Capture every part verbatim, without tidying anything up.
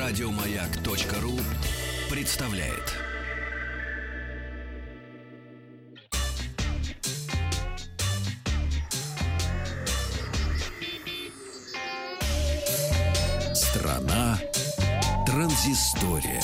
Радиомаяк.ру представляет. Страна транзистория.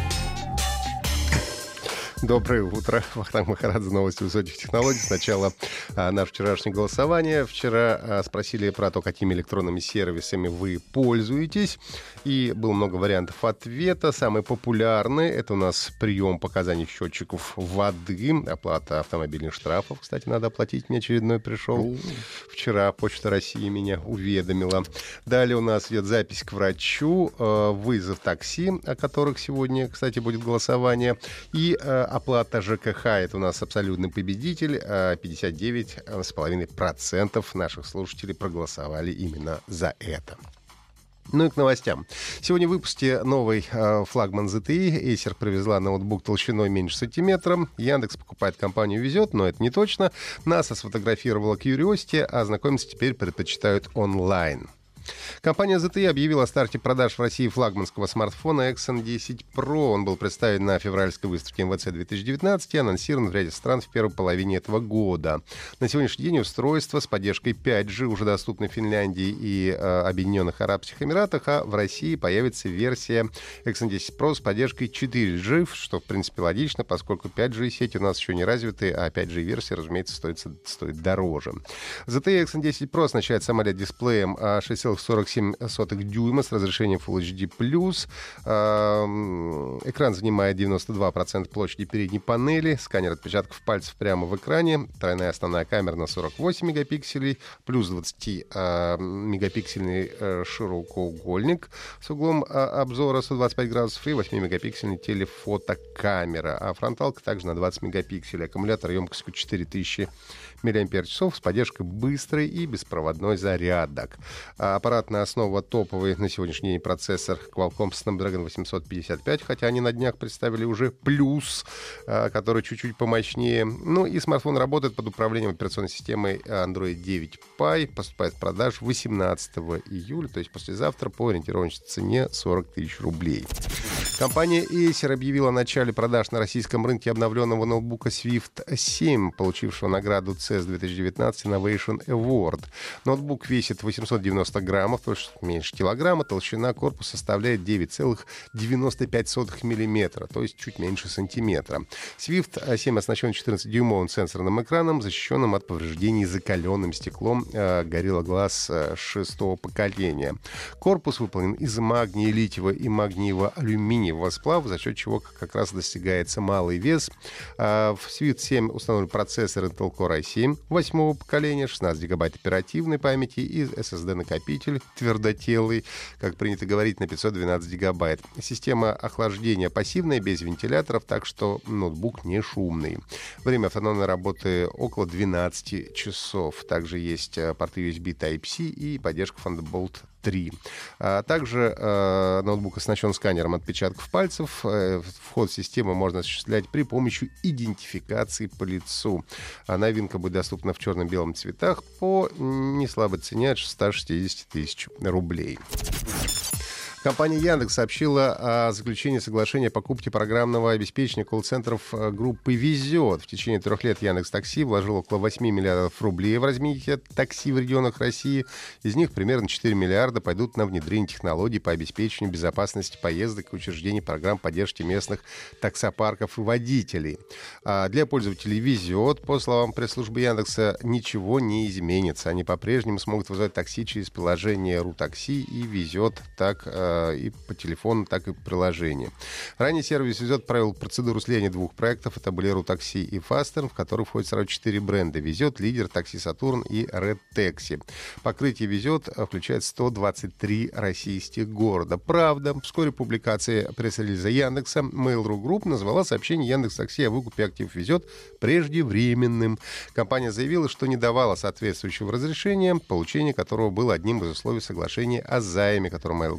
Доброе утро. Вахтанг Махарадзе, новости высоких технологий. Сначала а, наше вчерашнее голосование. Вчера а, спросили про то, какими электронными сервисами вы пользуетесь. И было много вариантов ответа. Самый популярный — это у нас прием показаний счетчиков воды, оплата автомобильных штрафов. Кстати, надо оплатить, мне очередной пришел. Вчера Почта России меня уведомила. Далее у нас идет запись к врачу, э, вызов такси, о которых сегодня, кстати, будет голосование. И э, оплата ЖКХ — это у нас абсолютный победитель. пятьдесят девять целых пять десятых процента наших слушателей проголосовали именно за это. Ну и к новостям. Сегодня в выпуске новый э, флагман зет ти и. Acer привезла ноутбук толщиной меньше сантиметра. Яндекс покупает компанию «Везет», но это не точно. НАСА сфотографировала Curiosity, а ознакомиться теперь предпочитают онлайн. Компания зет ти объявила о старте продаж в России флагманского смартфона Exynos десять Pro. Он был представлен на февральской выставке эм вэ цэ две тысячи девятнадцать и анонсирован в ряде стран в первой половине этого года. На сегодняшний день устройство с поддержкой пять джи уже доступно в Финляндии и э, Объединенных Арабских Эмиратах, а в России появится версия Exynos десять Pro с поддержкой четыре джи, что, в принципе, логично, поскольку пять джи сети у нас еще не развиты, а пять джи версия, разумеется, стоит, стоит дороже. зет ти Exynos десять Pro оснащает самолет дисплеем шесть целых сорок семь сотых дюйма с разрешением Full эйч ди плюс. Экран занимает девяносто два процента площади передней панели. Сканер отпечатков пальцев прямо в экране. Тройная основная камера на сорок восемь мегапикселей. Плюс двадцатимегапиксельный широкоугольник с углом обзора сто двадцать пять градусов и восьмимегапиксельный телефотокамера. А фронталка также на двадцать мегапикселей. Аккумулятор емкостью четыре тысячи миллиампер-часов с поддержкой быстрой и беспроводной зарядок. Аппаратная основа топовый на сегодняшний день процессор Qualcomm Snapdragon восемьсот пятьдесят пять, хотя они на днях представили уже плюс, который чуть-чуть помощнее. Ну и смартфон работает под управлением операционной системой Android девять Pie. Поступает в продажу восемнадцатого июля, то есть послезавтра, по ориентировочной цене сорок тысяч рублей. Компания Acer объявила о начале продаж на российском рынке обновленного ноутбука Swift семь, получившего награду си и эс две тысячи девятнадцать Innovation Award. Ноутбук весит восемьсот девяносто граммов, то есть меньше килограмма. Толщина корпуса составляет девять целых девяносто пять сотых миллиметра, то есть чуть меньше сантиметра. Swift семь оснащен четырнадцатидюймовым сенсорным экраном, защищенным от повреждений закаленным стеклом э, Gorilla Glass э, шестого поколения. Корпус выполнен из магния, литиевого и магниево-алюминиевого сплава, за счет чего как раз достигается малый вес. В Swift семь установлен процессор Intel Core ай семь восьмого поколения, шестнадцать гигабайт оперативной памяти и эс эс ди-накопитель твердотелый, как принято говорить, на пятьсот двенадцать гигабайт. Система охлаждения пассивная, без вентиляторов, так что ноутбук не шумный. Время автономной работы около двенадцати часов. Также есть порты ю эс би Type-C и поддержка Thunderbolt три. А также э, ноутбук оснащен сканером отпечатков пальцев. Э, вход в систему можно осуществлять при помощи идентификации по лицу. А новинка будет доступна в черно-белом цветах по неслабой цене от ста шестидесяти тысяч рублей. Компания Яндекс сообщила о заключении соглашения о покупке программного обеспечения колл-центров группы «Везет». В течение трех лет Яндекс.Такси вложил около восьми миллиардов рублей в развитие такси в регионах России. Из них примерно четыре миллиарда пойдут на внедрение технологий по обеспечению безопасности поездок и учреждению программ поддержки местных таксопарков и водителей. А для пользователей «Везет», по словам пресс-службы Яндекса, ничего не изменится. Они по-прежнему смогут вызвать такси через приложение «Рутакси» и «Везет», так и по телефону, так и по приложению. Ранее сервис «Везет» провел процедуру слияния двух проектов. Это были «Рутакси» и «Фастер», в которые входят сразу четыре бренда: «Везет», «Лидер», «Такси Сатурн» и «Ред Такси». Покрытие «Везет» включает сто двадцать три российских города. Правда, вскоре публикация пресс-релиза Яндекса Mail.ru Group назвала сообщение Яндекс.Такси о выкупе активов «Везет» преждевременным. Компания заявила, что не давала соответствующего разрешения, получение которого было одним из условий соглашения о займе, который Mail.ru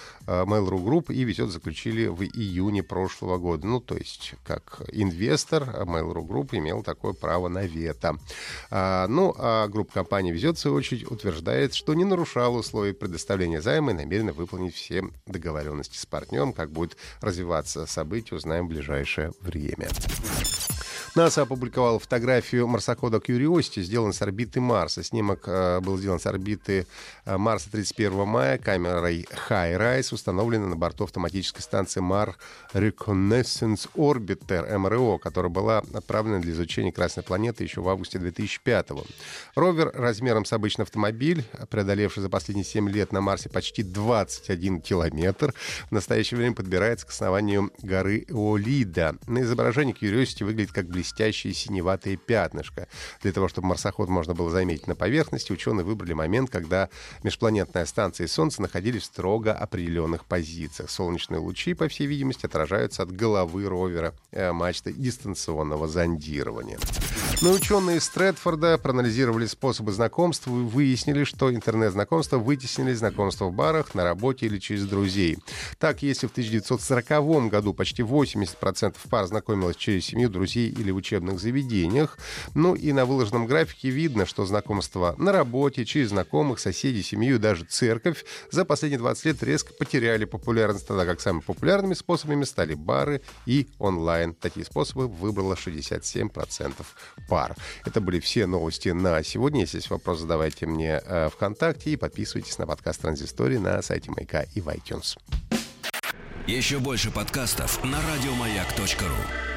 Mail.ru Group, и везет заключили в июне прошлого года. Ну, то есть, как инвестор, Mail.ru Group имел такое право на вето. А, ну, а группа компаний «Везет», в свою очередь, утверждает, что не нарушала условия предоставления займа и намерена выполнить все договоренности с партнером. Как будет развиваться событие, узнаем в ближайшее время. НАСА опубликовала фотографию марсохода Curiosity, сделан с орбиты Марса. Снимок э, был сделан с орбиты э, Марса тридцать первого мая камерой HiRISE, установленной на борту автоматической станции Mars Reconnaissance Orbiter, эм эр о, которая была отправлена для изучения Красной планеты еще в августе две тысячи пятого. Ровер размером с обычный автомобиль, преодолевший за последние семь лет на Марсе почти двадцать один километр, в настоящее время подбирается к основанию горы Эолида. На изображении Curiosity выглядит как блестящие синеватые пятнышко. Для того, чтобы марсоход можно было заметить на поверхности, ученые выбрали момент, когда межпланетная станция и Солнце находились в строго определенных позициях. Солнечные лучи, по всей видимости, отражаются от головы ровера, э, мачты дистанционного зондирования. Но ученые из Стрэдфорда проанализировали способы знакомств и выяснили, что интернет-знакомства вытеснили знакомства в барах, на работе или через друзей. Так, если в тысяча девятьсот сороковом году почти восемьдесят процентов пар знакомилось через семью, друзей или в учебных заведениях, ну и на выложенном графике видно, что знакомства на работе, через знакомых, соседей, семью и даже церковь за последние двадцать лет резко потеряли популярность, тогда как самыми популярными способами стали бары и онлайн. Такие способы выбрало шестьдесят семь процентов пар. Это были все новости на сегодня. Если есть вопрос, задавайте мне э, ВКонтакте и подписывайтесь на подкаст «Транзистория» на сайте Маяка и в iTunes. Еще больше подкастов на радиомаяк точка ру.